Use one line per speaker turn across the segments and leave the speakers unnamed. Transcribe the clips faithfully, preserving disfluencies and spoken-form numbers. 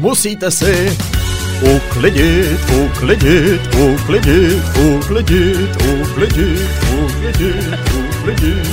musíte si uklidit, uklidit, uklidit, uklidit, uklidit, uklidit, uklidit.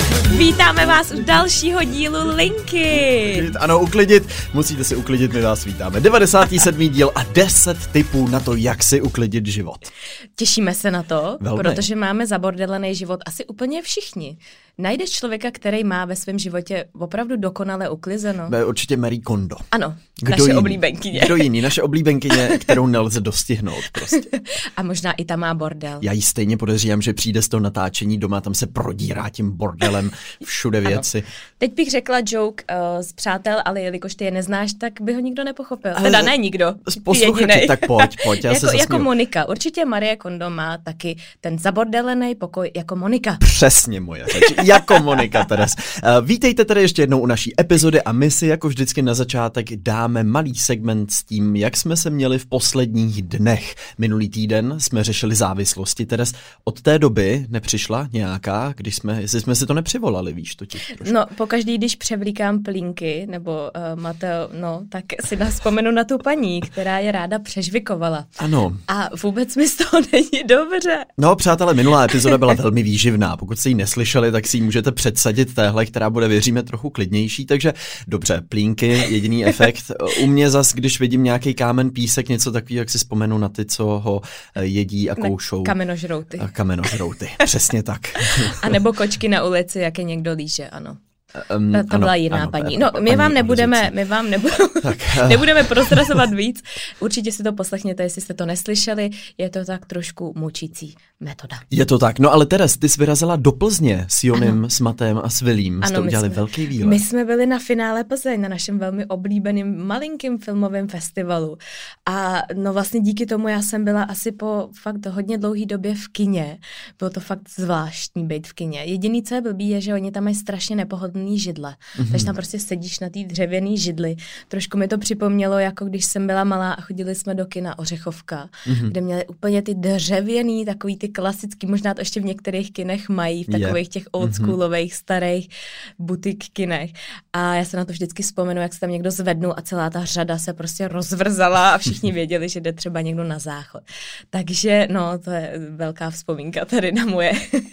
Vítáme vás u dalšího dílu Linky.
Ano, uklidit, musíte si uklidit, my vás vítáme. devadesátý sedmý díl a deset tipů na to, jak si uklidit život.
Těšíme se na to,
Velmi.
Protože máme zabordelený život asi úplně všichni. Najdeš člověka, který má ve svém životě opravdu dokonale uklizeno?
Určitě Marie Kondo.
Ano,
Kdo
naše
jiný?
oblíbenkyně.
Kdo jiný? Naše oblíbenkyně, kterou nelze dostihnout prostě.
A možná i ta má bordel.
Já jí stejně podezřívám, že přijde z toho natáčení doma, tam se prodírá tím bordelem, všude věci.
Ano. Teď bych řekla joke uh, z přátel, ale jelikož ty je neznáš, tak by ho nikdo nepochopil. Ale teda ne nikdo.
Posluchači, tak pojď, pojď, já
jako,
se zasměju.
Jako Monika. Určitě Marie Kondo má taky ten zabordelený pokoj jako Monika.
Přesně moje řeč. Jako Monika Teres. Vítejte tady ještě jednou u naší epizody a my si jako vždycky na začátek dáme malý segment s tím, jak jsme se měli v posledních dnech. Minulý týden jsme řešili závislosti. Teres, od té doby nepřišla nějaká, když jsme, jestli jsme si to nepřivolali, víš, totiž trošku.
No, pokaždý, když převlíkám plínky, nebo uh, Mateo, no, tak si nás vzpomenu na tu paní, která je ráda přežvikovala.
Ano.
A vůbec mi z toho není dobře.
No, přátelé, minulá epizoda byla velmi výživná. Pokud jste ji neslyšeli, tak si ji můžete předsadit téhle, která bude, věříme, trochu klidnější. Takže dobře, plínky, jediný efekt. U mě zas, když vidím nějaký kámen, písek, něco takového, jak si vzpomenu na ty, co ho jedí a koušou.
Kamenožrouty.
A kamenožrouty, přesně tak.
A nebo kočky na ulici, jak je někdo líže, ano.
Um,
to, to
ano,
byla jiná
ano,
paní.
ano,
No, my
paní
vám nebudeme,
oblizující.
my vám nebudeme,
tak,
nebudeme prozrazovat víc. Určitě si to poslechněte, jestli jste to neslyšeli. Je to tak trošku mučící metoda.
Je to tak. No ale Teres, ty jsi vyrazila do Plzně s Jonem, ano. s Matem a s Vilím. Jste udělali
jsme,
velký výlet.
My jsme byli na finále Plzeň, na našem velmi oblíbeným malinkým filmovém festivalu. A no vlastně díky tomu já jsem byla asi po fakt hodně dlouhý době v kině. Bylo to fakt zvláštní být v kině. Jediný, co je blbý, je, že oni tam mají strašně nepohodlný židle. Mm-hmm. Takže tam prostě sedíš na té dřevěný židli. Trošku mi to připomnělo, jako když jsem byla malá a chodili jsme do kina Ořechovka, mm-hmm. kde měli úplně ty dřevěný, takový ty klasický, možná to ještě v některých kinech mají, v takových yeah. těch oldschoolových, mm-hmm. starých butik kinech. A já se na to vždycky vzpomenu, jak se tam někdo zvednul a celá ta řada se prostě rozvrzala a všichni věděli, že jde třeba někdo na záchod. Takže no, to je velká vzpomínka tady na moje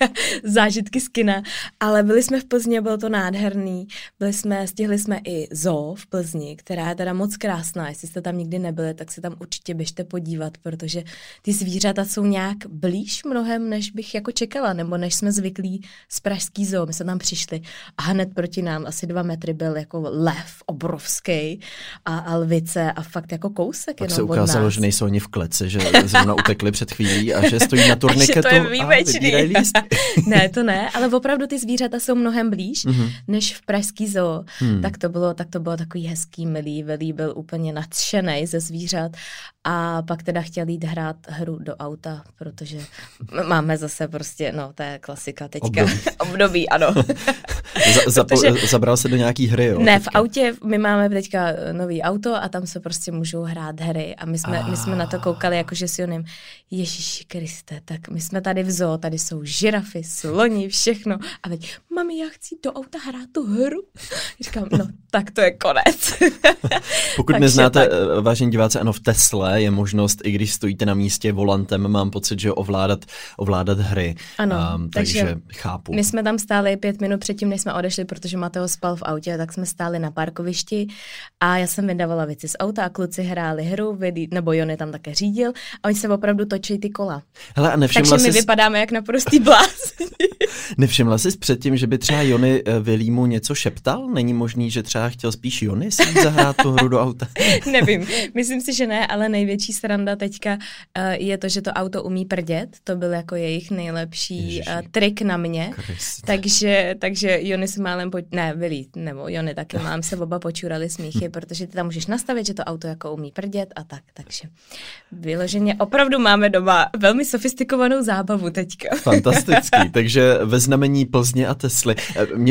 zážitky z kina. Ale byli jsme v Plzni, bylo to nádherný. Byli jsme, stihli jsme i zoo v Plzni, která je teda moc krásná. Jestli jste tam nikdy nebyli, tak se tam určitě běžte podívat, protože ty zvířata jsou nějak blíž mnohem, než bych jako čekala, nebo než jsme zvyklí z pražský zoo. My jsme tam přišli a hned proti nám asi dva metry byl jako lev obrovský a, a lvice a fakt jako kousek.
Pak se ukázalo, že nejsou oni v kleci, že zrovna utekli před chvílí a že stojí na turniketu
to je
a vybírají lístky.
Ne, to ne, ale opravdu ty zvířata jsou mnohem blíž, mm-hmm. než v pražský zoo. Hmm. Tak to bylo, tak to bylo takový hezký, milý. Vilí byl úplně nadšenej ze zvířat a pak teda chtěl jít hrát hru do auta, protože máme zase prostě, no, to je klasika teďka.
Období.
Období, ano.
Za,
protože,
zapo, zabral se do nějaký hry, jo?
Ne,
teďka.
v autě, my máme teďka nový auto a tam se prostě můžou hrát hry a my jsme, ah. my jsme na to koukali jakože s Jonem, Ježíši Kriste, tak my jsme tady v zoo, tady jsou žirafy, sloni, všechno a teď, mami, já chci do auta hrát tu hru. Říkám, no, tak to je konec.
Pokud mě znáte, tak. Vážení diváci, ano, v Tesle je možnost, i když stojíte na místě volantem, mám pocit, že ovládat, ovládat hry.
Ano,
um, takže, takže chápu.
My jsme tam stáli pět minut předtím, než jsme odešli, protože Mateo spal v autě, tak jsme stáli na parkovišti a já jsem vydávala věci z auta a kluci hráli hru, nebo Jony tam také řídil a oni se opravdu točí ty kola.
Hele, a nevšimla
takže my
jsi...
vypadáme jak naprostý blázni.
Nevšimla jsi předtím, že by třeba Jony Vilímu něco šeptal? Není možný, že třeba chtěl spíš Jony si jít zahrát tu hru do auta?
Nevím, myslím si, že ne, ale největší sranda teďka uh, je to, že to auto umí prdět. To byl jako jejich nejlepší uh, trik na mě. Takže, takže Jony se málem, po... ne, Vilí, nebo Jony taky málem se oba počurali smíchy, protože ty tam můžeš nastavit, že to auto jako umí prdět a tak. Takže vyloženě opravdu máme doma velmi sofistikovanou zábavu teďka.
Fantastický, takže ve znamení Plzně a Tesly. Mě vždycky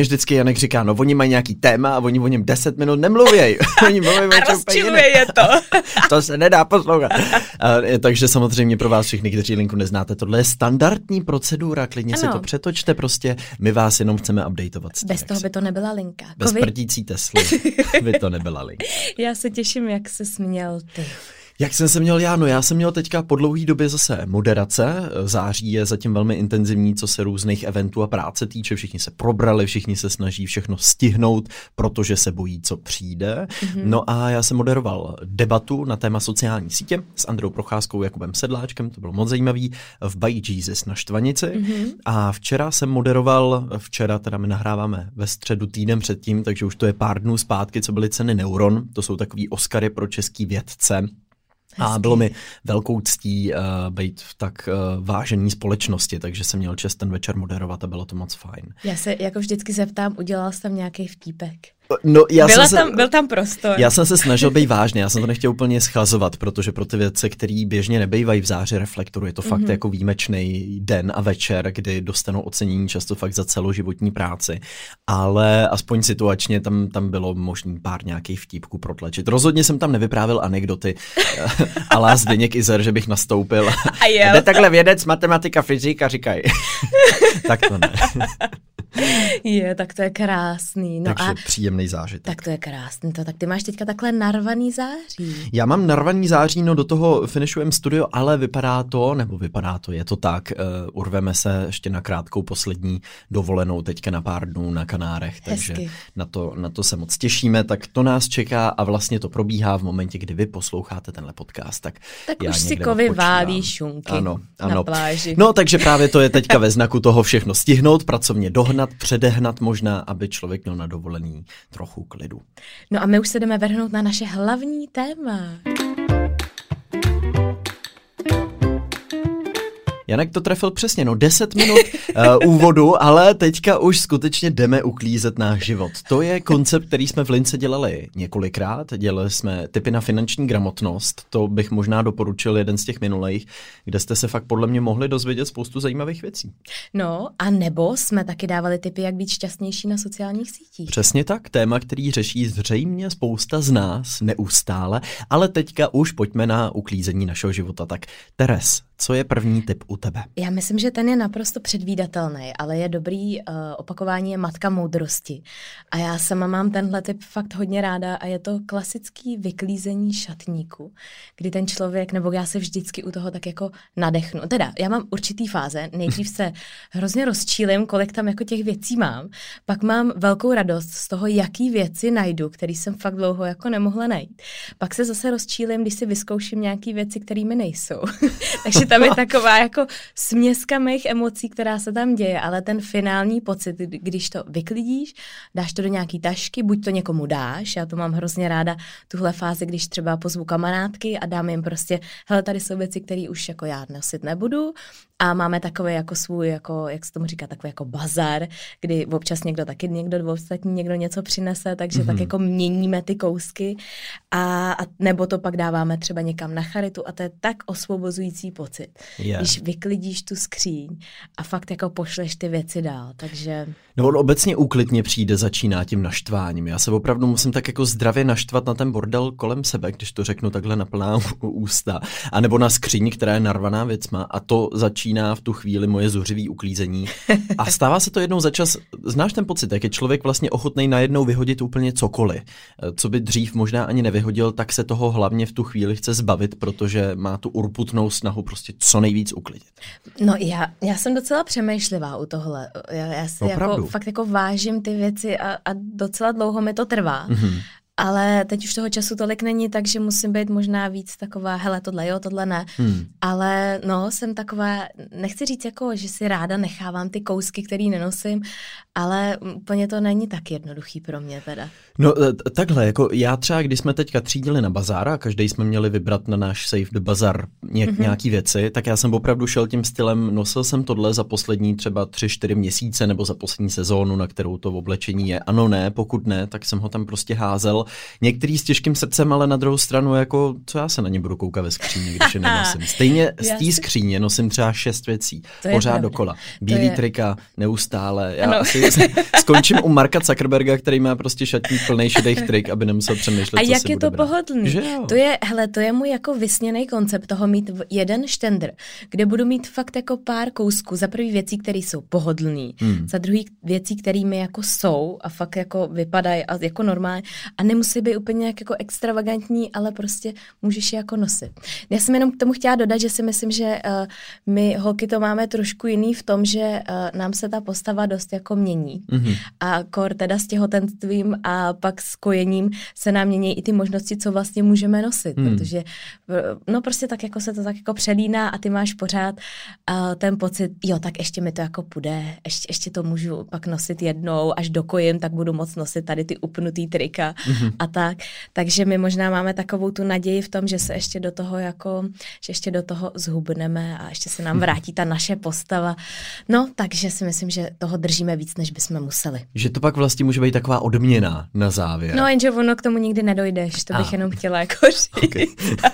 Janek říká, no oni mají nějaký téma a oni o něm deset minut nemluvějí. Oni mluví
a rozčiluje je to.
To se nedá poslouchat. A, takže samozřejmě pro vás všichni, kteří linku neznáte, tohle je standardní procedura, klidně ano. si to přetočte prostě, my vás jenom chceme updateovat.
Bez toho by to nebyla linka.
Bez Kovi... prdící Tesly by to nebyla linka.
Já se těším, jak jsi směl ty.
Jak jsem se měl já? No já jsem měl teďka po dlouhé době zase moderace. Září je zatím velmi intenzivní, co se různých eventů a práce týče. Všichni se probrali, všichni se snaží všechno stihnout, protože se bojí, co přijde. Mm-hmm. No a já jsem moderoval debatu na téma sociální sítě s Androu Procházkou, Jakubem Sedláčkem, to bylo moc zajímavý, v By Jesus na Štvanici. Mm-hmm. A včera jsem moderoval, včera teda my nahráváme ve středu týden předtím, takže už to je pár dnů zpátky, co byly ceny Neuron. To jsou takový Oscary pro český vědce. A bylo mi velkou ctí uh, být v tak uh, vážené společnosti, takže jsem měl čest ten večer moderovat a bylo to moc fajn.
Já se jako vždycky zeptám, udělal jsi tam nějaký vtípek?
No, já
Byla
jsem
tam,
se,
byl tam prostor.
Já jsem se snažil být vážný, já jsem to nechtěl úplně schlazovat, protože pro ty věci, které běžně nebejvají v záři reflektoru, je to fakt mm-hmm. jako výjimečný den a večer, kdy dostanou ocenění často fakt za celoživotní práci, ale aspoň situačně tam, tam bylo možný pár nějakých vtípků protlačit. Rozhodně jsem tam nevyprávil anekdoty alá Zdeněk Izer, že bych nastoupil. A jde takhle vědec, matematika, fyzika, říkají. Tak to ne.
Je, tak to je krásný. No
Takže
a
příjemný zážitek.
Tak to je krásný. To, tak ty máš teďka takhle narvaný září.
Já mám narvaný září, no do toho finišujeme studio, ale vypadá to, nebo vypadá to, je to tak, uh, urveme se ještě na krátkou poslední dovolenou teďka na pár dnů na Kanárech, takže na to, na to se moc těšíme, tak to nás čeká a vlastně to probíhá v momentě, kdy vy posloucháte tenhle podcast. Tak,
tak
já
už si kovy válí šunky
ano, ano.
na pláži.
No takže právě to je teďka ve znaku toho všechno stihnout, pracovně dohnat, předehnat možná, aby člověk měl na dovolený trochu klidu.
No a my už se jdeme vrhnout na naše hlavní téma.
Janek to trefil přesně, no deset minut uh, úvodu, ale teďka už skutečně jdeme uklízet náš život. To je koncept, který jsme v Lince dělali několikrát, dělali jsme tipy na finanční gramotnost, to bych možná doporučil jeden z těch minulých, kde jste se fakt podle mě mohli dozvědět spoustu zajímavých věcí.
No a nebo jsme taky dávali tipy, jak být šťastnější na sociálních sítích.
Přesně tak, téma, který řeší zřejmě spousta z nás neustále, ale teďka už pojďme na uklízení našeho života. Tak Teres, co je první tip u tebe?
Já myslím, že ten je naprosto předvídatelný, ale je dobrý, uh, opakování je matka moudrosti. A já sama mám tenhle tip fakt hodně ráda a je to klasický vyklízení šatníku, kdy ten člověk, nebo já se vždycky u toho tak jako nadechnu. Teda, já mám určitý fáze, nejdřív se hrozně rozčílim, kolik tam jako těch věcí mám, pak mám velkou radost z toho, jaký věci najdu, který jsem fakt dlouho jako nemohla najít. Pak se zase rozčílim, když si vyzkouším nějaký věci, které mi nejsou. Takže tam je taková jako směska mých emocí, která se tam děje, ale ten finální pocit, když to vyklidíš, dáš to do nějaký tašky, buď to někomu dáš, já to mám hrozně ráda, tuhle fázi, když třeba pozvu kamarádky a dám jim prostě, hele, tady jsou věci, které už jako já nosit nebudu a máme takový jako svůj, jako, jak se tomu říká, takový jako bazar, kdy občas někdo taky, někdo ostatní, někdo něco přinese, takže mm-hmm. tak jako měníme ty kousky a, a nebo to pak dáváme třeba někam na charitu a to je tak osvobozující pocit, yeah. když vyklidíš tu skříň a fakt jako pošleš ty věci dál, takže...
No on obecně úklidně přijde, začíná tím naštváním. Já se opravdu musím tak jako zdravě naštvat na ten bordel kolem sebe, když to řeknu takhle na plná ústa, anebo na skříň, která je narvaná věcma a to začíná v tu chvíli moje zuřivý uklízení. A stává se to jednou za čas, znáš ten pocit, jak je člověk vlastně ochotnej najednou vyhodit úplně cokoliv, co by dřív možná ani nevyhodil, tak se toho hlavně v tu chvíli chce zbavit, protože má tu urputnou snahu prostě co nejvíc uklidit.
No já, já jsem docela přemýšlivá u tohle. Já, já si jako, fakt jako vážím ty věci a, a docela dlouho mi to trvá. Mm-hmm. Ale teď už toho času tolik není, takže musím být možná víc taková, hele, tohle jo, tohle ne. Hmm. Ale no, jsem taková, nechci říct jako, že si ráda nechávám ty kousky, který nenosím, ale úplně to není tak jednoduchý pro mě teda.
No takhle, jako já třeba, když jsme teďka třídili na bazár a každý jsme měli vybrat na náš Save the Bazaar ně, mm-hmm. nějaký věci, tak já jsem opravdu šel tím stylem, nosil jsem tohle za poslední třeba tři, čtyři měsíce nebo za poslední sezónu, na kterou to oblečení je. Ano, ne, pokud ne, tak jsem ho tam prostě házel dělal. Některý s těžkým srdcem, ale na druhou stranu, jako, co já se na ně budu koukat ve skříni, když je nenosím. Stejně z té skříně nosím třeba šest věcí. Pořád dokola. Bílý je... trika, neustále. Já asi skončím u Marka Zuckerberga, který má prostě šatník plnej šedých trik, aby nemusel přemýšlet,
a
co
jak
si
je
bude
to
brát.
pohodlný. To je, hele, to je můj jako vysněný koncept toho mít jeden štendr, kde budu mít fakt jako pár kousků. Za prvý věcí, které jsou pohodlný, hmm. za druhý věcí, které mi jako jsou a fakt jako vypadají a jako normálně a nemusí být úplně jako extravagantní, ale prostě můžeš je jako nosit. Já jsem jenom k tomu chtěla dodat, že si myslím, že uh, my holky to máme trošku jiný v tom, že uh, nám se ta postava dost jako mění. Hmm. A kor teda s těhotenstvím a pak s kojením se nám mění i ty možnosti, co vlastně můžeme nosit, hmm. protože no prostě tak jako se to tak jako přelíná a ty máš pořád uh, ten pocit, jo, tak ještě mi to jako půjde, ještě, ještě to můžu pak nosit jednou, až dokojím, tak budu moc nosit tady ty upnutý trika mm-hmm. a tak. Takže my možná máme takovou tu naději v tom, že se ještě do toho jako, že ještě do toho zhubneme a ještě se nám vrátí ta naše postava. No, takže si myslím, že toho držíme víc, než bychom museli.
Že to pak vlastně může být taková odměna na závěr.
No, jenže ono k tomu nikdy nedojdeš, to bych ah. jenom chtěla jako říct. Okay.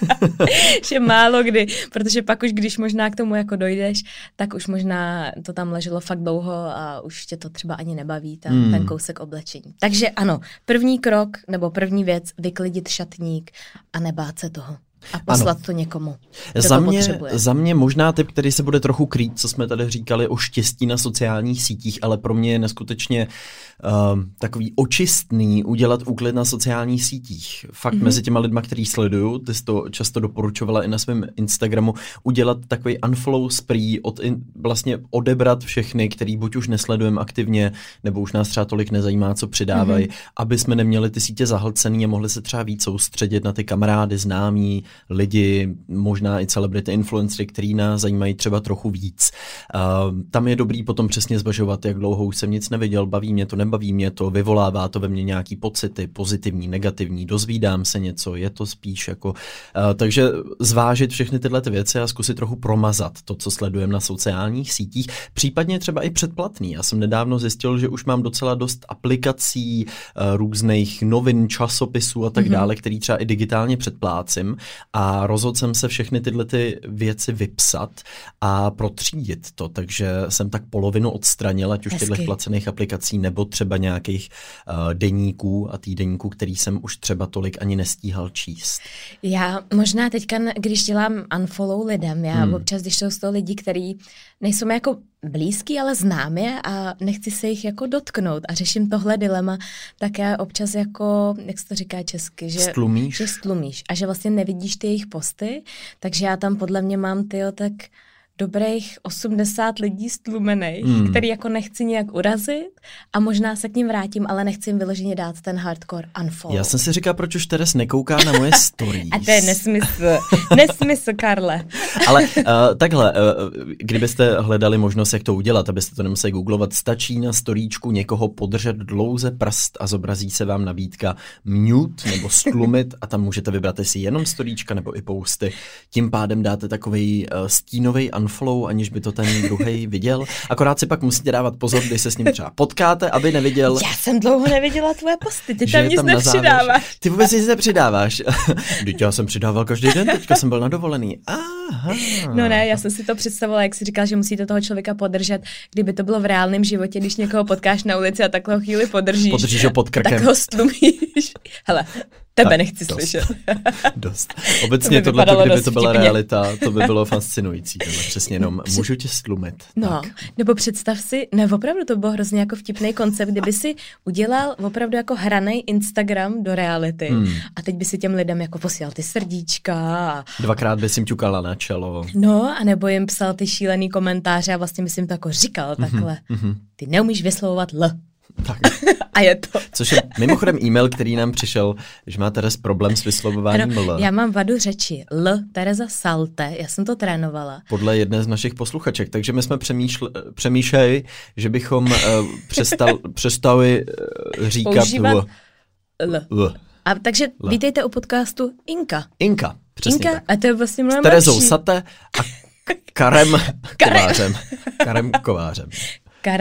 Že málo kdy, protože pak už, když možná k tomu jako dojdeš, tak už možná to tam leželo fakt dlouho a už tě to třeba ani nebaví, ten, hmm. ten kousek oblečení. Takže ano, první krok nebo první věc, vyklidit šatník a nebát se toho. A poslat ano. to někomu, kdo
za
to
mě,
potřebuje.
Za mě možná typ, který se bude trochu krýt, co jsme tady říkali o štěstí na sociálních sítích, ale pro mě je neskutečně uh, takový očistný udělat úklid na sociálních sítích. Fakt mm-hmm. mezi těma lidma, který sleduju, ty jsi to často doporučovala i na svém Instagramu, udělat takový unfollow spree, od in, vlastně odebrat všechny, který buď už nesledujeme aktivně, nebo už nás třeba tolik nezajímá, co přidávají, mm-hmm. aby jsme neměli ty sítě zahlcený a mohli se třeba víc soustředit na ty kamarády, známí, lidi, možná i celebrity, influencery, který nás zajímají třeba trochu víc. Uh, tam je dobrý potom přesně zvažovat, jak dlouho už jsem nic neviděl, baví mě to, nebaví mě to, vyvolává to ve mně nějaký pocity, pozitivní, negativní, dozvídám se něco, je to spíš jako... Uh, takže zvážit všechny tyhle ty věci a zkusit trochu promazat to, co sledujeme na sociálních sítích, případně třeba i předplatný. Já jsem nedávno zjistil, že už mám docela dost aplikací, uh, různých novin, časopisů a tak mm-hmm. dále, který třeba i digitálně předplácím. A rozhodl jsem se všechny tyhle ty věci vypsat a protřídit to, takže jsem tak polovinu odstranil, ať už těchto placených aplikací nebo třeba nějakých uh, deníků a týdeníků, který jsem už třeba tolik ani nestíhal číst.
Já možná teďka, když dělám unfollow lidem, já hmm. občas, když jsou z toho lidi, který nejsou mi jako blízký, ale znám je a nechci se jich jako dotknout a řeším tohle dilema, tak já občas jako, jak se to říká česky, že
stlumíš,
že stlumíš a že vlastně nevidíš ty jejich posty, takže já tam podle mě mám tyjo tak dobrých osmdesát lidí stlumených, hmm. který jako nechci nějak urazit a možná se k ním vrátím, ale nechci jim vyloženě dát ten hardcore unfollow.
Já jsem si říkal, proč už Teres nekouká na moje stories.
A to je nesmysl. Nesmysl, Karle.
Ale uh, takhle, uh, kdybyste hledali možnost, jak to udělat, abyste to nemuseli googlovat, stačí na storíčku někoho podržet dlouze prst a zobrazí se vám nabídka mute nebo stlumit a tam můžete vybrat, jestli jenom storíčka nebo i posty. Tím pádem dáte takovej uh, stínovej unfollow unfollow, aniž by to ten druhej viděl. Akorát si pak musíte dávat pozor, když se s ním třeba potkáte, aby neviděl...
Já jsem dlouho neviděla tvoje posty, ty tam nic tam nepřidáváš.
Ty vůbec nic nepřidáváš. Vždyť já jsem přidával každý den, teďka jsem byl na dovolený. Aha.
No ne, já jsem si to představovala, jak jsi říkal, že musíte toho člověka podržet, kdyby to bylo v reálném životě, když někoho potkáš na ulici a takhle chvíli podržíš.
Podržíš ho pod krkem.
Tak ho stlumíš. Hele, tebe nechci
dost.
slyšet.
Dost. Obecně to tohle, kdyby to byla realita, to by bylo fascinující. Tohle. Přesně jenom, můžu tě stlumit.
No,
tak.
Nebo představ si, ne, opravdu to bylo hrozně jako vtipný koncept, kdyby si udělal opravdu jako hranej Instagram do reality hmm. a teď by si těm lidem jako posílal ty srdíčka.
Dvakrát by si jim ťukala na čelo.
No, a nebo jim psal ty šílený komentáře a vlastně by si jim to jako říkal takhle. Mm-hmm. Ty neumíš vyslovovat L.
Tak.
A je to.
Což je mimochodem e-mail, který nám přišel, že má Teres problém s vyslovováním
ano,
L.
Já mám vadu řeči. L, Tereza Salte, já jsem to trénovala.
Podle jedné z našich posluchaček, takže my jsme přemýšle, přemýšleli, že bychom uh, přestal, přestali uh, říkat
používat
L.
L. L. A takže L. Vítejte u podcastu Inka.
Inka, přesně
Inka,
tak.
A to je vlastně mnohem
s Terezou
lepší.
Sate a Karem Kovářem. Karem Kovářem.
Kare,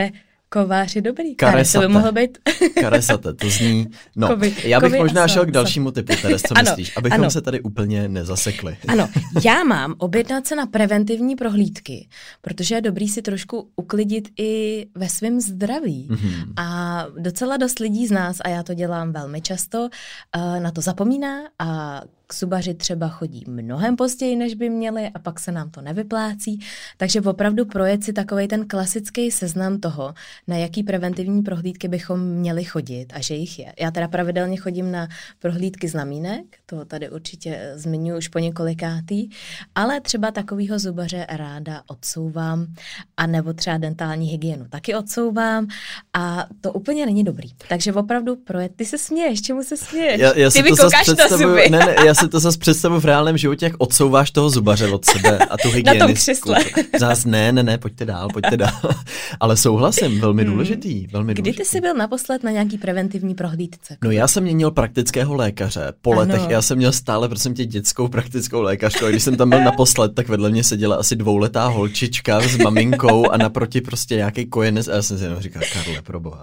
Kováři dobrý.
Karesate.
To by mohlo být.
Karesate, to zní. No,
Kovy,
já bych
kovy
možná
so,
šel k dalšímu typu, Teres, co
ano,
myslíš? Abychom
ano.
se tady úplně nezasekli.
Ano, já mám objednat se na preventivní prohlídky, protože je dobrý si trošku uklidit i ve svém zdraví. Mm-hmm. A docela dost lidí z nás, a já to dělám velmi často, na to zapomíná a k zubaři třeba chodí mnohem později, než by měli a pak se nám to nevyplácí. Takže opravdu projet si takovej ten klasický seznam toho, na jaký preventivní prohlídky bychom měli chodit a že jich je. Já teda pravidelně chodím na prohlídky znamínek, to tady určitě zmiňuji už po několikátý, ale třeba takovýho zubaře ráda odsouvám, a nebo třeba dentální hygienu taky odsouvám a to úplně není dobrý. Takže opravdu projet. Ty se směješ, čemu se směješ?
Já, já
Ty mi koukáš na zuby.
Ne, ne, já si to zase představuji v reálném životě, jak odsouváš toho zubaře od sebe a tu hygienistku.
Na tom křesle.
Zás ne, ne, ne, pojďte dál, pojďte dál. Ale souhlasím, velmi důležitý, velmi
Kdy
důležitý.
ty jsi byl naposled na nějaký preventivní prohlídce?
No já jsem měnil praktického lékaře po
Ano.
letech. Já jsem měl stále, prosím tě, dětskou praktickou lékařku. A když jsem tam byl naposled, tak vedle mě seděla asi dvouletá holčička s maminkou a naproti prostě nějaký kojenec. A já jsem si jenom říkal, Karle, proboha,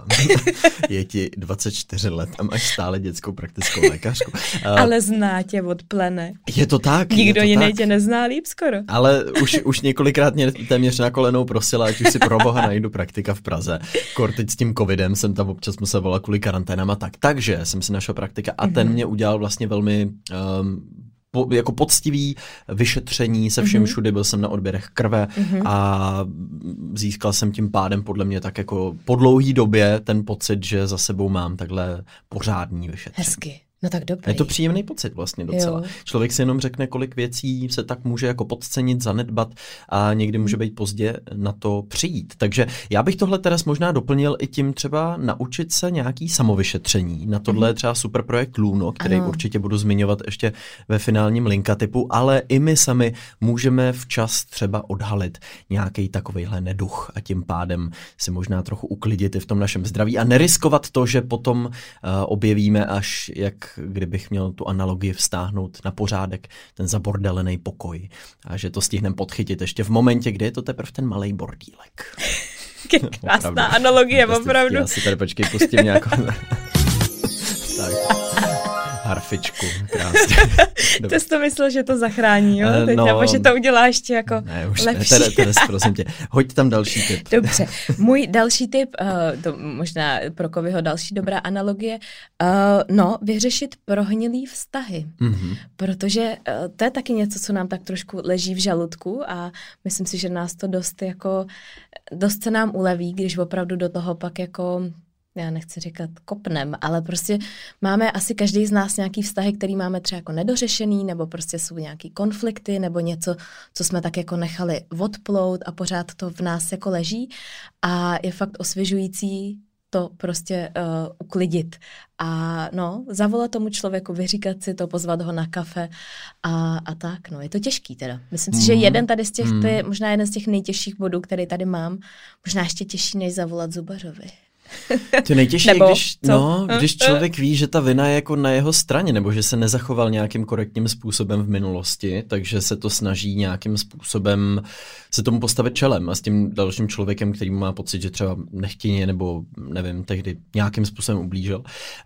je ti dvacet čtyři let a máš stále dětskou praktickou lékařku. A
Ale zná tě od plene.
je to tak.
Nikdo
je to
jiný
tak.
tě nezná líp skoro.
Ale už, už několikrát mě téměř na kolenou prosila, ať už si pro boha najdu praktika v Praze. Kor teď s tím covidem jsem tam občas musel volat kvůli karanténám a tak. Takže jsem si našel praktika a mm-hmm. ten mě udělal vlastně velmi um, po, jako poctivý vyšetření se všem mm-hmm. všude, byl jsem na odběrech krve mm-hmm. a získal jsem tím pádem podle mě tak jako po dlouhý době ten pocit, že za sebou mám takhle pořádný vyšetření.
Hezky. No tak dobrý.
Je to příjemný pocit vlastně docela. Jo. Člověk si jenom řekne, kolik věcí se tak může jako podcenit, zanedbat a někdy může být pozdě na to přijít. Takže já bych tohle teraz možná doplnil i tím třeba naučit se nějaký samovyšetření. Na tohle je třeba super projekt Luno, který ano. určitě budu zmiňovat ještě ve finálním linkatypu, ale i my sami můžeme včas třeba odhalit nějaký takovejhle neduch a tím pádem si možná trochu uklidit i v tom našem zdraví a neriskovat to, že potom uh, objevíme až jak kdybych měl tu analogii vztáhnout na pořádek, ten zabordelený pokoj. A že to stihneme podchytit ještě v momentě, kdy je to teprve ten malej bordílek.
Krásná analogie, opravdu.
Já si tady počkej, pustím nějakou... tak. Harfičku, krásně.
Ty jsi to myslel, že to zachrání, jo? Teď,
no,
nebo že to udělá ještě jako
ne, už
lepší.
Ne, Teres, prosím tě. Hoď tam další tip.
Dobře. Můj další tip, uh, to možná pro Kovyho další dobrá analogie, uh, no, vyřešit prohnilý vztahy. Mm-hmm. Protože uh, to je taky něco, co nám tak trošku leží v žaludku a myslím si, že nás to dost jako, dost se nám uleví, když opravdu do toho pak jako... já nechci říkat kopnem, ale prostě máme asi každý z nás nějaký vztahy, který máme třeba jako nedořešený, nebo prostě jsou nějaký konflikty, nebo něco, co jsme tak jako nechali odplout a pořád to v nás jako leží a je fakt osvěžující to prostě uh, uklidit a no, zavolat tomu člověku, vyříkat si to, pozvat ho na kafe a, a tak, no, je to těžký teda. Myslím si, mm. že jeden tady z těch,
mm.
to je možná jeden z těch nejtěžších bodů, který tady mám, možná ještě těžší, než zavolat zubařovi.
To nejtěžší
je,
když, no, když člověk ví, že ta vina je jako na jeho straně, nebo že se nezachoval nějakým korektním způsobem v minulosti, takže se to snaží nějakým způsobem se tomu postavit čelem a s tím dalším člověkem, který má pocit, že třeba nechtěně nebo nevím, tehdy nějakým způsobem ublížil. Uh,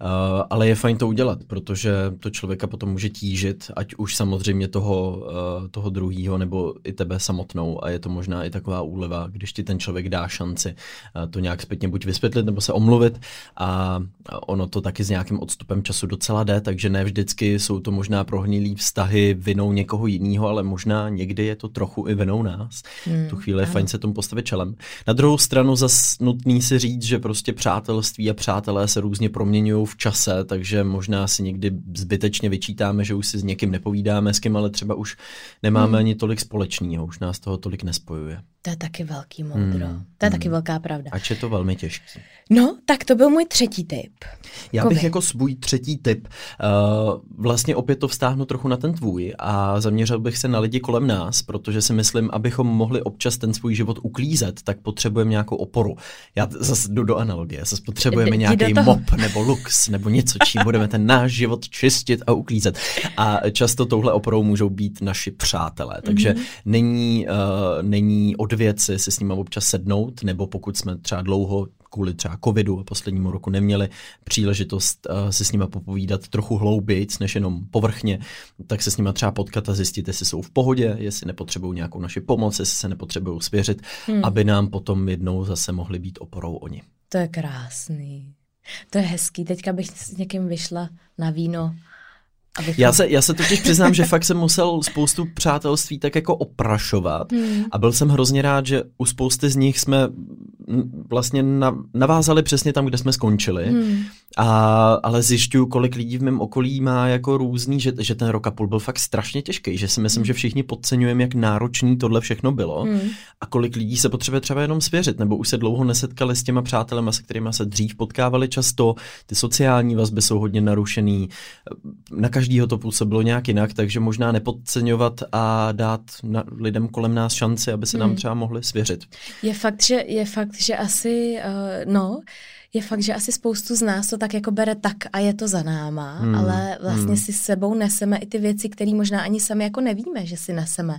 ale je fajn to udělat, protože to člověka potom může tížit, ať už samozřejmě toho, uh, toho druhýho nebo i tebe samotnou a je to možná i taková úleva, když ti ten člověk dá šanci uh, to nějak zpětně buď vysvětlit nebo se omluvit a ono to taky s nějakým odstupem času docela jde, takže ne vždycky jsou to možná prohnilý vztahy vinou někoho jiného, ale možná někdy je to trochu i vinou nás. Hmm, tu chvíli je fajn se tomu postavit čelem. Na druhou stranu zas nutný si říct, že prostě přátelství a přátelé se různě proměňují v čase, takže možná si někdy zbytečně vyčítáme, že už si s někým nepovídáme, s kým ale třeba už nemáme hmm. ani tolik společného, už nás toho tolik nespojuje.
To je taky velký moudro. Hmm. To je hmm. taky velká pravda.
Ač je to velmi těžký.
No, tak to byl můj třetí tip.
Já bych Kovy. jako svůj třetí tip uh, vlastně opět to vztáhnu trochu na ten tvůj a zaměřil bych se na lidi kolem nás, protože si myslím, abychom mohli občas ten svůj život uklízet, tak potřebujeme nějakou oporu. Já zase jdu do analogie, zase potřebujeme nějaký mop nebo lux nebo něco, čím budeme ten náš život čistit a uklízet. A často touhle oporou můžou být naši přátelé, takže mm-hmm. není, uh, není od věci, si s nimi občas sednout, nebo pokud jsme třeba dlouho kvůli třeba covidu a poslednímu roku neměli příležitost uh, si s nima popovídat trochu hloubějc, než jenom povrchně, tak se s nima třeba potkat a zjistit, jestli jsou v pohodě, jestli nepotřebují nějakou naši pomoc, jestli se nepotřebují svěřit, hmm. aby nám potom jednou zase mohli být oporou oni.
To je krásný. To je hezký. Teďka bych s někým vyšla na víno. Abychom...
Já se, já se totiž přiznám, že fakt jsem musel spoustu přátelství tak jako oprašovat hmm. a byl jsem hrozně rád, že u spousty z nich jsme vlastně navázali přesně tam, kde jsme skončili, hmm. a, ale zjišťuju, kolik lidí v mém okolí má jako různý, že, že ten rok a půl byl fakt strašně těžký, že si myslím, hmm. že všichni podceňujeme, jak náročný tohle všechno bylo hmm. a kolik lidí se potřebuje třeba jenom svěřit, nebo už se dlouho nesetkali s těma přátelema, se kterými se dřív potkávali často, ty sociální vazby jsou hodně narušený, na každýho to působilo nějak jinak, takže možná nepodceňovat a dát na, lidem kolem nás šanci, aby se nám třeba mohli svěřit.
Je fakt, že, je fakt, že asi, uh, no, je fakt, že asi spoustu z nás to tak jako bere tak a je to za náma, hmm. ale vlastně hmm. si s sebou neseme i ty věci, které možná ani sami jako nevíme, že si neseme.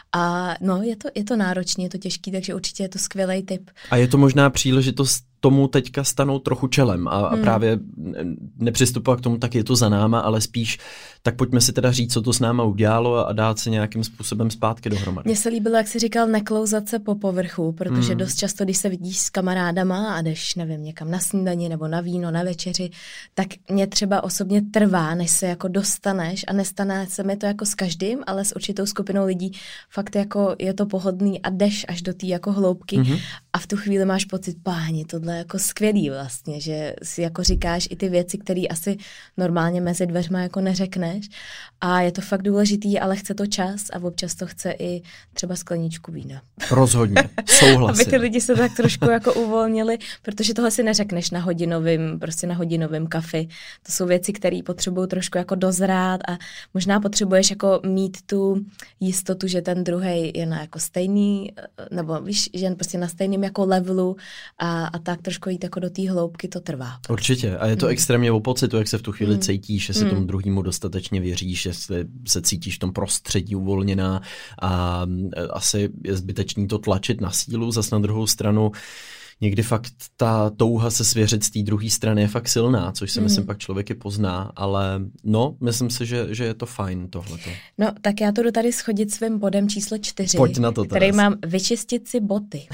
A no, je to, je to náročné, je to těžký, takže určitě je to skvělý tip.
A je to možná příležitost tomu teďka stanou trochu čelem a, a hmm. právě nepřistupovat k tomu, tak je to za náma, ale spíš tak pojďme si teda říct, co to s náma udělalo a dát se nějakým způsobem zpátky dohromady.
Mně se líbilo, jak jsi říkal, neklouzat se po povrchu, protože hmm. dost často, když se vidíš s kamarádama a jdeš, nevím, někam na snídani nebo na víno, na večeři, tak mě třeba osobně trvá, než se jako dostaneš a nestane se mi to jako s každým, ale s určitou skupinou lidí fakt jako je to pohodlný a jdeš až do té jako hloubky hmm. a v tu chvíli máš pocit, páni, tohle je jako skvělý vlastně, že si jako říkáš i ty věci, které asi normálně mezi dveřma jako neřekneš a je to fakt důležitý, ale chce to čas a občas to chce i třeba skleničku vína.
Rozhodně, souhlasím.
Aby ty lidi se tak trošku jako uvolnili, protože tohle si neřekneš na hodinovým, prostě na hodinovým kafi. To jsou věci, které potřebují trošku jako dozrát a možná potřebuješ jako mít tu jistotu, že ten druhej je na jako stejný, nebo víš, že je prostě na stejným jako levelu a, a tak trošku jít jako do té hloubky, to trvá.
Určitě. A je to mm. extrémně o pocitu, jak se v tu chvíli
mm.
cítíš, jestli mm. tomu druhému dostatečně věříš, jestli se cítíš v tom prostředí uvolněná a asi je zbytečný to tlačit na sílu, zas na druhou stranu někdy fakt ta touha se svěřit z té druhé strany je fakt silná, což si mm. myslím pak člověk i pozná, ale no, myslím si, že, že je to fajn tohleto.
No, tak já to jdu tady schodit svým bodem číslo čtyři,
Pojď na to
který
teraz.
mám vyčistit si boty.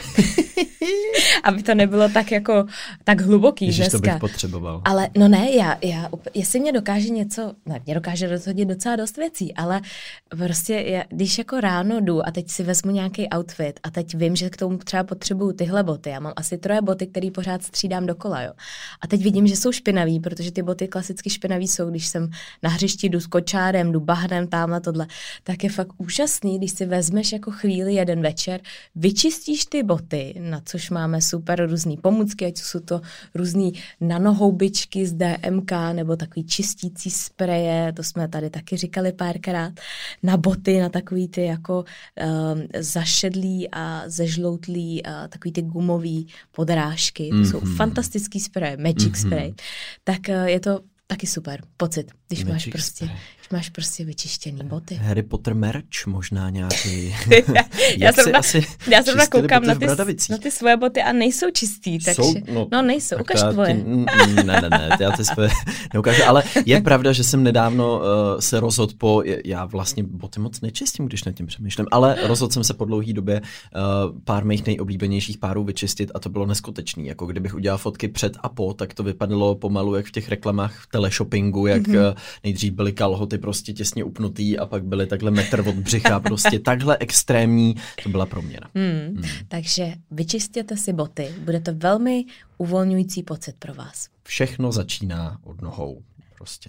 Aby to nebylo tak jako tak hluboký
Ježiš,
dneska.
to bych potřeboval.
Ale no ne, já, já jestli mě dokáže něco, ne, mě dokáže rozhodit docela dost věcí, ale prostě já, když jako ráno jdu a teď si vezmu nějaký outfit a teď vím, že k tomu třeba potřebuju tyhle boty, já mám asi troje boty, které pořád střídám dokola, jo. A teď vidím, že jsou špinavý, protože ty boty klasicky špinavý jsou, když jsem na hřišti, jdu s kočárem, jdu bahnem, tamhle tohle, tak je fakt úžasný, když si vezmeš jako chvíli jeden večer, vyčistíš ty boty, na což máme super různý pomůcky, ať jsou to různý nanohoubičky z D M K nebo takový čistící spreje, to jsme tady taky říkali párkrát, na boty, na takový ty jako um, zašedlý a zežloutlý a takový ty gumový podrážky, to mm-hmm. jsou fantastický spreje, Magic mm-hmm. spray, tak uh, je to taky super pocit, když máš prostě, když máš prostě vyčištěný boty.
Harry Potter merch možná nějaký.
já zrovna, já zrovna koukám na ty, na ty svoje boty a nejsou čistý, takže jsou, no, no nejsou, ukaž tvoje.
Ne, ne, ne, já ty svoje neukážu, ale je pravda, že jsem nedávno uh, se rozhodl po, já vlastně boty moc nečistím, když nad tím přemýšlím, ale rozhodl jsem se po dlouhý době uh, pár mých nejoblíbenějších párů vyčistit a to bylo neskutečný, jako kdybych udělal fotky před a po, tak to vypadalo pomalu jak v těch reklamách v teleshoppingu, jak mm-hmm. uh, nejdřív byly kalhoty prostě těsně upnutý a pak byly takhle metr od břicha, prostě takhle extrémní, to byla proměna.
Hmm. Hmm. Takže vyčistěte si boty, bude to velmi uvolňující pocit pro vás.
Všechno začíná od nohou. Prostě.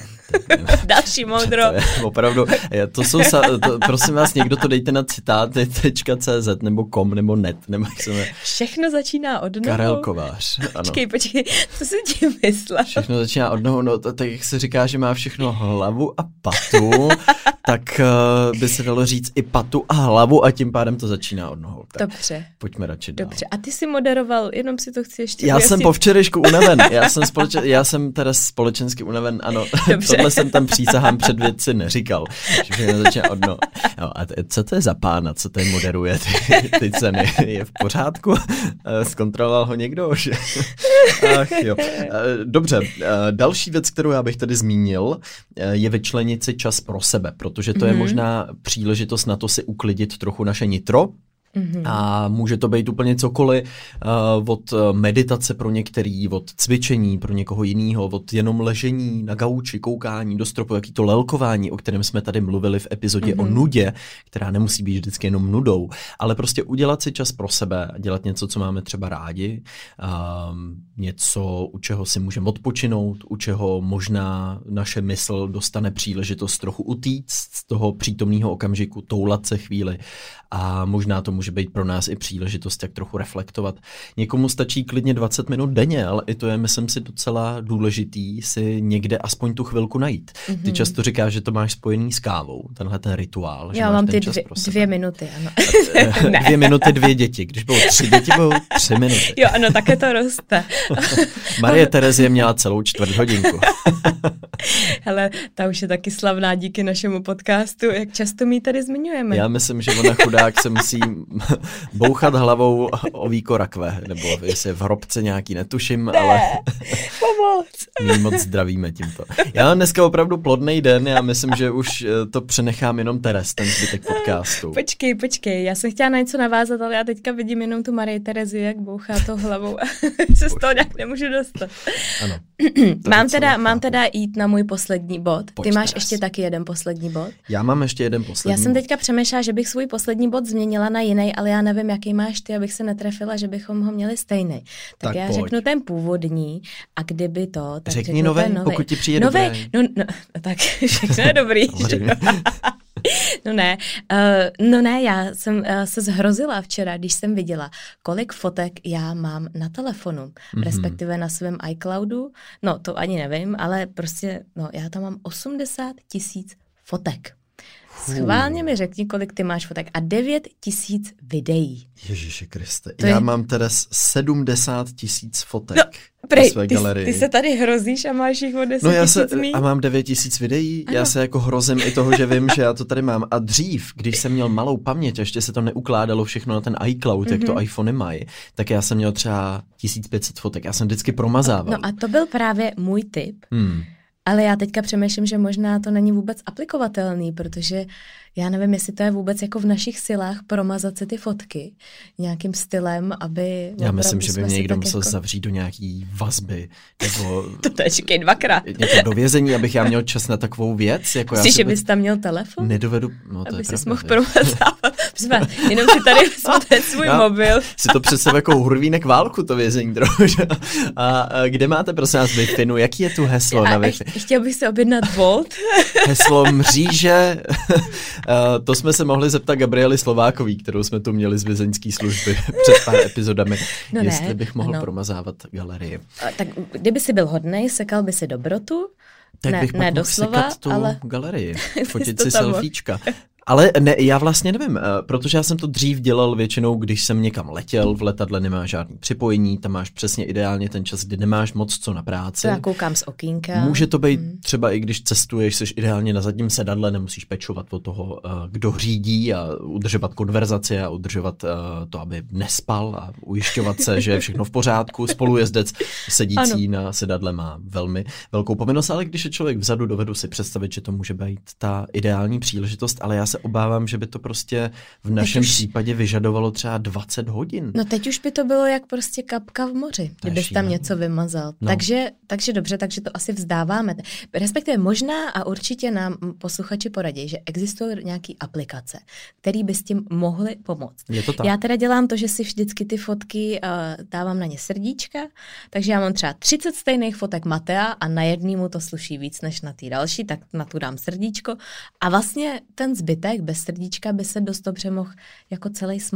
Další moudro.
To opravdu, to jsou, to, prosím vás, někdo to dejte na citáty tečka cé zet nebo kom nebo net, nebo jak se jmenuje.
Všechno začíná od nohou.
Karel Kovář, ano.
Počkej, počkej, co jsi tím myslel?
Všechno začíná od nohou, no tak jak se říká, že má všechno hlavu a patu, tak uh, by se dalo říct i patu a hlavu a tím pádem to začíná od nohou. Tak
dobře.
Pojďme radši dál.
Dobře, a ty jsi moderoval, jenom si to chci ještě
Já
ujasnit.
jsem po včerejšku unaven, já jsem, společ, já jsem teda společensky unaven unaven, ano. Tohle jsem tam přísahám před věci neříkal. Že nezačíná od no. no. A t- co to je za pána, co tady moderuje ty, ty ceny? Je v pořádku? Zkontroloval ho někdo? Že? Ach jo. Dobře, další věc, kterou já bych tady zmínil, je vyčlenit si čas pro sebe, protože to mm-hmm. je možná příležitost na to si uklidit trochu naše nitro. Mm-hmm. A může to být úplně cokoliv, uh, od meditace pro některý, od cvičení pro někoho jiného, od jenom ležení na gauči, koukání do stropu, jaký to lelkování, o kterém jsme tady mluvili v epizodě mm-hmm. o nudě, která nemusí být vždycky jenom nudou, ale prostě udělat si čas pro sebe a dělat něco, co máme třeba rádi, um, něco, u čeho si můžeme odpočinout, u čeho možná naše mysl dostane příležitost trochu utíct z toho přítomného okamžiku, toulat se chvíli a možná to může být pro nás i příležitost, jak trochu reflektovat. Někomu stačí klidně dvacet minut denně, ale i to je, myslím si, docela důležitý si někde aspoň tu chvilku najít. Mm-hmm. Ty často říkáš, že to máš spojený s kávou, tenhle ten rituál.
Já mám ty dvě, dvě minuty, ano.
dvě minuty, dvě děti. Když bylo tři děti, bylo tři minuty.
Jo, ano, také to roste.
Marie Terezie měla celou čtvrt hodinku.
Hele, ta už je taky slavná díky našemu podcastu, jak často my tady zmiňujeme.
Já myslím, že ona chudák se musí bouchat hlavou o víko rakve, nebo jestli v hrobce nějaký, netuším,
ne,
ale
pomoc.
My moc zdravíme tímto. Já mám dneska opravdu plodný den, já myslím, že už to přenechám jenom Teres, ten zbytek podcastu.
Počkej, počkej, já jsem chtěla na něco navázat, ale já teďka vidím jenom tu Marii Terezi, jak bouchá to hlavou a se z toho nějak nemůžu dostat.
Ano.
mám, teda, mám teda jít na můj poslední bod.
Pojď,
Ty máš
Teres.
ještě taky jeden poslední bod?
Já mám ještě jeden poslední.
Já jsem teďka přemýšlela, že bych svůj poslední bod změnila na jiný, ale já nevím, jaký máš ty, abych se netrefila, že bychom ho měli stejný. Tak,
tak
já
pojď.
řeknu ten původní a kdyby to, tak
řekni
řeknu
novej,
ten novej.
pokud ti přijde
novej,
dobrý.
no, no, tak všechno je dobrý. No ne, uh, no ne, já jsem uh, se zhrozila včera, když jsem viděla, kolik fotek já mám na telefonu, mm-hmm. respektive na svém iCloudu, no to ani nevím, ale prostě, no já tam mám osmdesát tisíc fotek. Schválně mi řekni, kolik ty máš fotek. A devět tisíc videí.
Ježiši Kriste.
To
já
je...
mám teda sedmdesát tisíc fotek
no,
prej, ve své
ty,
galerii.
Ty se tady hrozíš a máš jich o deset
no já se,
tisíc mý.
A mám devět tisíc videí. Ano. Já se jako hrozím i toho, že vím, že já to tady mám. A dřív, když jsem měl malou paměť, ještě se to neukládalo všechno na ten iCloud, mm-hmm. jak to iPhony mají, tak já jsem měl třeba tisíc pět set fotek. Já jsem vždycky promazával.
No a to byl právě můj tip.
Hmm.
Ale já teďka přemýšlím, že možná to není vůbec aplikovatelný, protože já nevím, jestli to je vůbec jako v našich silách promazat si ty fotky nějakým stylem, aby...
Já myslím, že by mě někdo musel jako... zavřít do nějaký vazby, nebo...
to teď čekej dvakrát.
Něco do vězení, abych já měl čas na takovou věc. Jako
Myslíš,
já
že bys tam měl telefon?
Nedovedu, no to
aby
je
jsi
pravda.
mohl promazávat. Jenom si tady vezmu svůj
já
mobil.
Si to představuji jako hurvínek válku, to vězení trochu. A, a kde máte, prosím vás, Wi-Fi? Jaký je tu heslo
a,
na Wi-Fi?
Chtěl bych se objednat Volt.
Heslo mříže. To jsme se mohli zeptat Gabriely Slovákový, kterou jsme tu měli z vězeňské služby před pár epizodami,
no
jestli
ne,
bych mohl
ano.
promazávat galerii.
A, tak kdyby si byl hodnej, sekal by si dobrotu.
Tak
ne,
bych
ne
mohl
doslova,
sekat tu
ale...
galerii, fotit si selfiečka. Ale ne, já vlastně nevím, protože já jsem to dřív dělal většinou, když jsem někam letěl, v letadle nemáš žádný připojení, tam máš přesně ideálně ten čas, kdy nemáš moc co na práci.
To já koukám z okýnka.
Může to být
hmm.
třeba i když cestuješ, jsi ideálně na zadním sedadle, nemusíš pečovat o toho, kdo řídí a udržovat konverzaci a udržovat to, aby nespal a ujišťovat se, že je všechno v pořádku. Spolujezdec sedící ano. na sedadle má velmi velkou povinnost, ale když je člověk vzadu, dovedu si představit, že to může být ta ideální příležitost, ale já se obávám, že by to prostě v našem už... případě vyžadovalo třeba dvacet hodin.
No teď už by to bylo jak prostě kapka v moři, kdybys tam něco vymazal. No. Takže, takže dobře, takže to asi vzdáváme. Respektive možná a určitě nám posluchači poradí, že existují nějaký aplikace, které by s tím mohly pomoct.
Je to tak.
Já teda dělám to, že si vždycky ty fotky uh, dávám na ně srdíčka, takže já mám třeba třicet stejných fotek Matea a na jednému to sluší víc než na té další, tak na tu dám srdíčko a vlastně ten zbytek bez srdíčka by se dost dobře mohl jako celý smazat.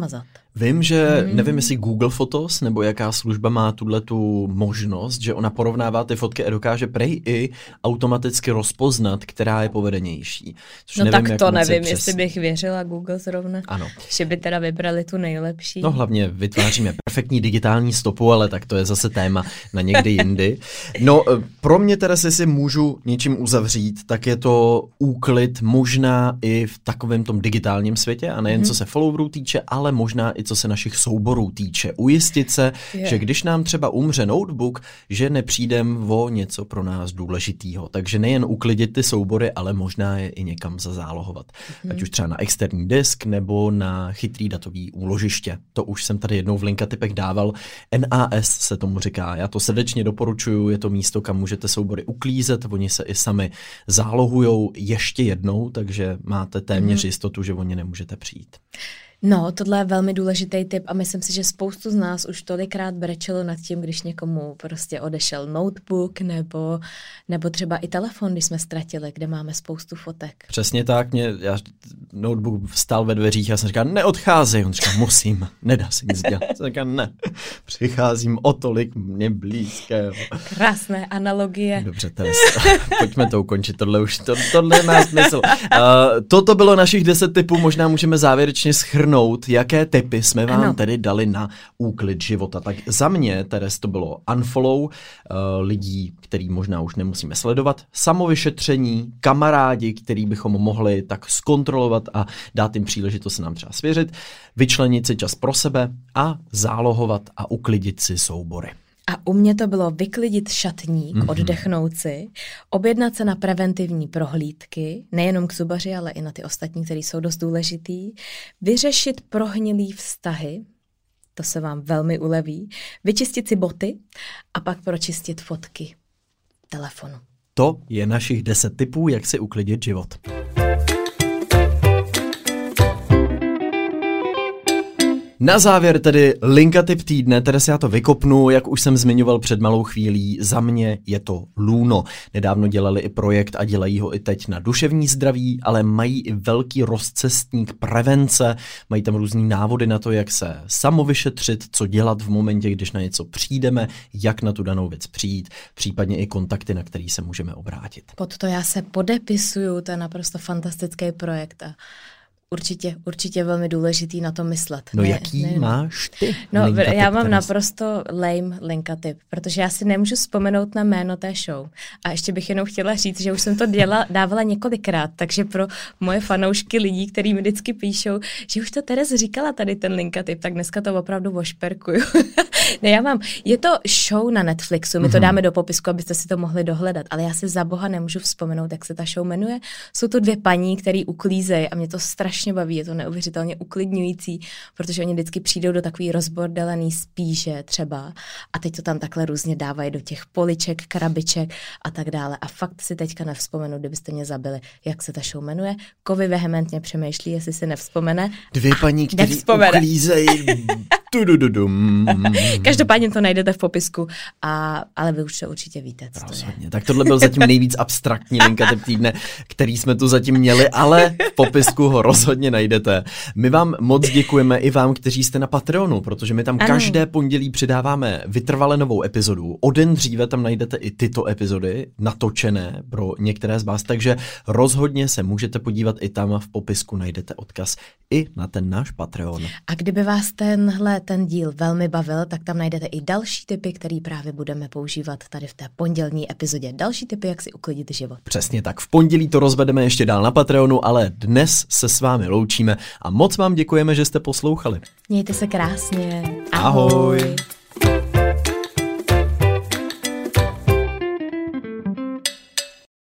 Vím, že hmm. nevím, jestli Google Fotos nebo jaká služba má tuhletu možnost, že ona porovnává ty fotky a dokáže prej i automaticky rozpoznat, která je povedenější. Což
no
nevím,
tak to nevím,
přes...
jestli bych věřila Google zrovna.
Ano.
Že by teda vybrali tu nejlepší.
No hlavně vytváříme perfektní digitální stopu, ale tak to je zase téma na někdy jindy. No pro mě teda, si můžu něčím uzavřít, tak je to úklid možná i v takovém tom digitálním světě a nejen hmm. co se followerů týče, ale možná i co se našich souborů týče. Ujistit se, je. že když nám třeba umře notebook, že nepřijdem o něco pro nás důležitýho. Takže nejen uklidit ty soubory, ale možná je i někam zazálohovat. Hmm. Ať už třeba na externí disk nebo na chytrý datový úložiště. To už jsem tady jednou v linkatipech dával. N A S se tomu říká. Já to srdečně doporučuju. Je to místo, kam můžete soubory uklízet. Oni se i sami zálohujou ještě jednou, takže máte téměř hmm. jistotu, že o ně nemůžete přijít.
No, tohle je velmi důležitý tip a myslím si, že spoustu z nás už tolikrát brečelo nad tím, když někomu prostě odešel notebook nebo, nebo třeba i telefon, když jsme ztratili, kde máme spoustu fotek.
Přesně tak, mě, já, notebook vstal ve dveřích, já jsem říkal, neodcházej, on říkal, musím, nedá se nic dělat. Jsem říkal, ne, přicházím o tolik mě blízkého.
Krásné analogie.
Dobře, teraz, pojďme to ukončit, tohle už, to, tohle má smysl. Uh, toto bylo našich deset tipů, možná můžeme závěrečně shrnout, jaké tipy jsme vám ano. tedy dali na úklid života. Tak za mě, Teres, to bylo unfollow, uh, lidí, který možná už nemusíme sledovat, samovyšetření, kamarádi, který bychom mohli tak zkontrolovat a dát jim příležitost se nám třeba svěřit, vyčlenit si čas pro sebe a zálohovat a uklidit si soubory.
A u mě to bylo vyklidit šatník, mm-hmm. oddechnout si, objednat se na preventivní prohlídky, nejenom k zubaři, ale i na ty ostatní, které jsou dost důležitý, vyřešit prohnilý vztahy, to se vám velmi uleví, vyčistit si boty a pak pročistit fotky telefonu.
To je našich deset tipů, jak si uklidit život. Na závěr tedy linkatip týdne, tedy si já to vykopnu, jak už jsem zmiňoval před malou chvílí, za mě je to Luno. Nedávno dělali i projekt a dělají ho i teď na duševní zdraví, ale mají i velký rozcestník prevence, mají tam různý návody na to, jak se samovyšetřit, co dělat v momentě, když na něco přijdeme, jak na tu danou věc přijít, případně i kontakty, na který se můžeme obrátit.
Pod to já se podepisuju, to je naprosto fantastický projekt a Určitě, určitě velmi důležitý na to myslet.
No
ne,
jaký
ne,
máš ty?
No já mám naprosto lame linkatip, protože já si nemůžu vzpomenout na jméno té show. A ještě bych jenom chtěla říct, že už jsem to děla, dávala několikrát, takže pro moje fanoušky lidí, kteří mi vždycky píšou, že už to Teres říkala tady ten linkatip, tak dneska to opravdu ošperkuju. Ne, já mám, je to show na Netflixu, my to dáme do popisku, abyste si to mohli dohledat, ale já si za boha nemůžu vzpomenout, jak se ta show jmenuje. Jsou to dvě paní, který uklízejí a mě to strašně baví, je to neuvěřitelně uklidňující, protože oni vždycky přijdou do takový rozbordelený spíže třeba a teď to tam takhle různě dávají do těch poliček, krabiček a tak dále. A fakt si teďka nevzpomenu, kdybyste mě zabili, jak se ta show jmenuje. Kovy vehementně přemýšlí, jestli si nevzpomene.
Dvě paní, které uklízejí.
Každopádně to najdete v popisku, a, ale vy už to určitě víte, co
Rozhodně.
to je.
Tak tohle byl zatím nejvíc abstraktní linkatip týdne, který jsme tu zatím měli, ale v popisku ho rozhodně najdete. My vám moc děkujeme i vám, kteří jste na Patreonu, protože my tam ano. každé pondělí přidáváme vytrvale novou epizodu. O den dříve tam najdete i tyto epizody natočené pro některé z vás, takže rozhodně se můžete podívat i tam, v popisku najdete odkaz i na ten náš Patreon.
A kdyby vás tenhle ten díl velmi bavil, tak tam najdete i další tipy, který právě budeme používat tady v té pondělní epizodě. Další tipy, jak si uklidit život.
Přesně tak. V pondělí to rozvedeme ještě dál na Patreonu, ale dnes se s vámi loučíme a moc vám děkujeme, že jste poslouchali.
Mějte se krásně.
Ahoj. Ahoj.